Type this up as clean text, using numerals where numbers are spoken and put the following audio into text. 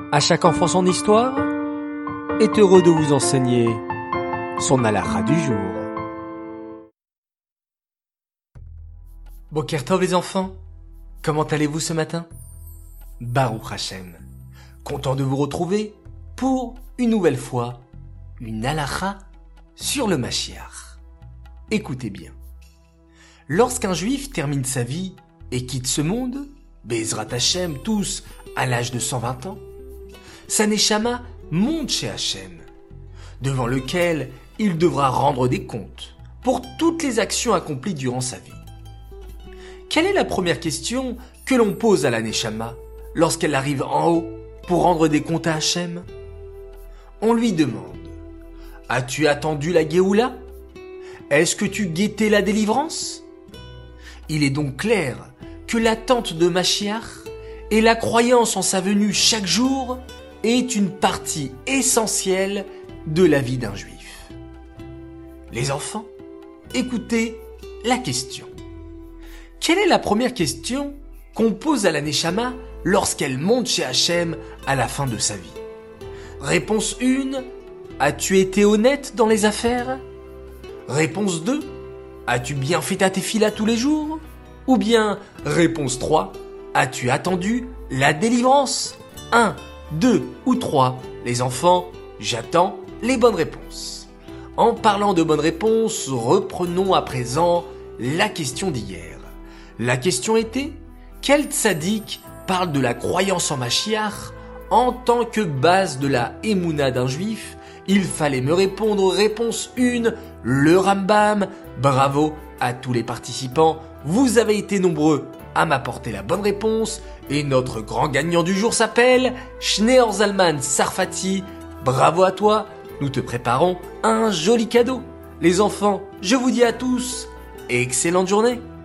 À chaque enfant son histoire est heureux de vous enseigner son halakha du jour. Boker Tov les enfants, comment allez-vous ce matin? Baruch Hashem, content de vous retrouver pour une nouvelle fois une halakha sur le Mashiach. Écoutez bien. Lorsqu'un juif termine sa vie et quitte ce monde, Bezrat Hashem tous à l'âge de 120 ans, sa neshama monte chez Hashem, devant lequel il devra rendre des comptes pour toutes les actions accomplies durant sa vie. Quelle est la première question que l'on pose à la neshama lorsqu'elle arrive en haut pour rendre des comptes à Hashem? On lui demande: as-tu attendu la Géoula? Est-ce que tu guettais la délivrance? Il est donc clair que l'attente de Mashiach et la croyance en sa venue chaque jour est une partie essentielle de la vie d'un juif. Les enfants, écoutez la question. Quelle est la première question qu'on pose à la neshama lorsqu'elle monte chez Hashem à la fin de sa vie? Réponse 1, as-tu été honnête dans les affaires? Réponse 2, as-tu bien fait ta tefila tous les jours? Ou bien, réponse 3, as-tu attendu la délivrance? 1, 2 ou 3, les enfants, j'attends les bonnes réponses. En parlant de bonnes réponses, reprenons à présent la question d'hier. La question était: quel tzaddik parle de la croyance en Mashiach en tant que base de la Emouna d'un juif? Il fallait me répondre réponse 1, le Rambam. Bravo à tous les participants, vous avez été nombreux à m'apporter la bonne réponse et notre grand gagnant du jour s'appelle Shneor Zalman Sarfati. Bravo à toi, nous te préparons un joli cadeau. Les enfants, je vous dis à tous, excellente journée.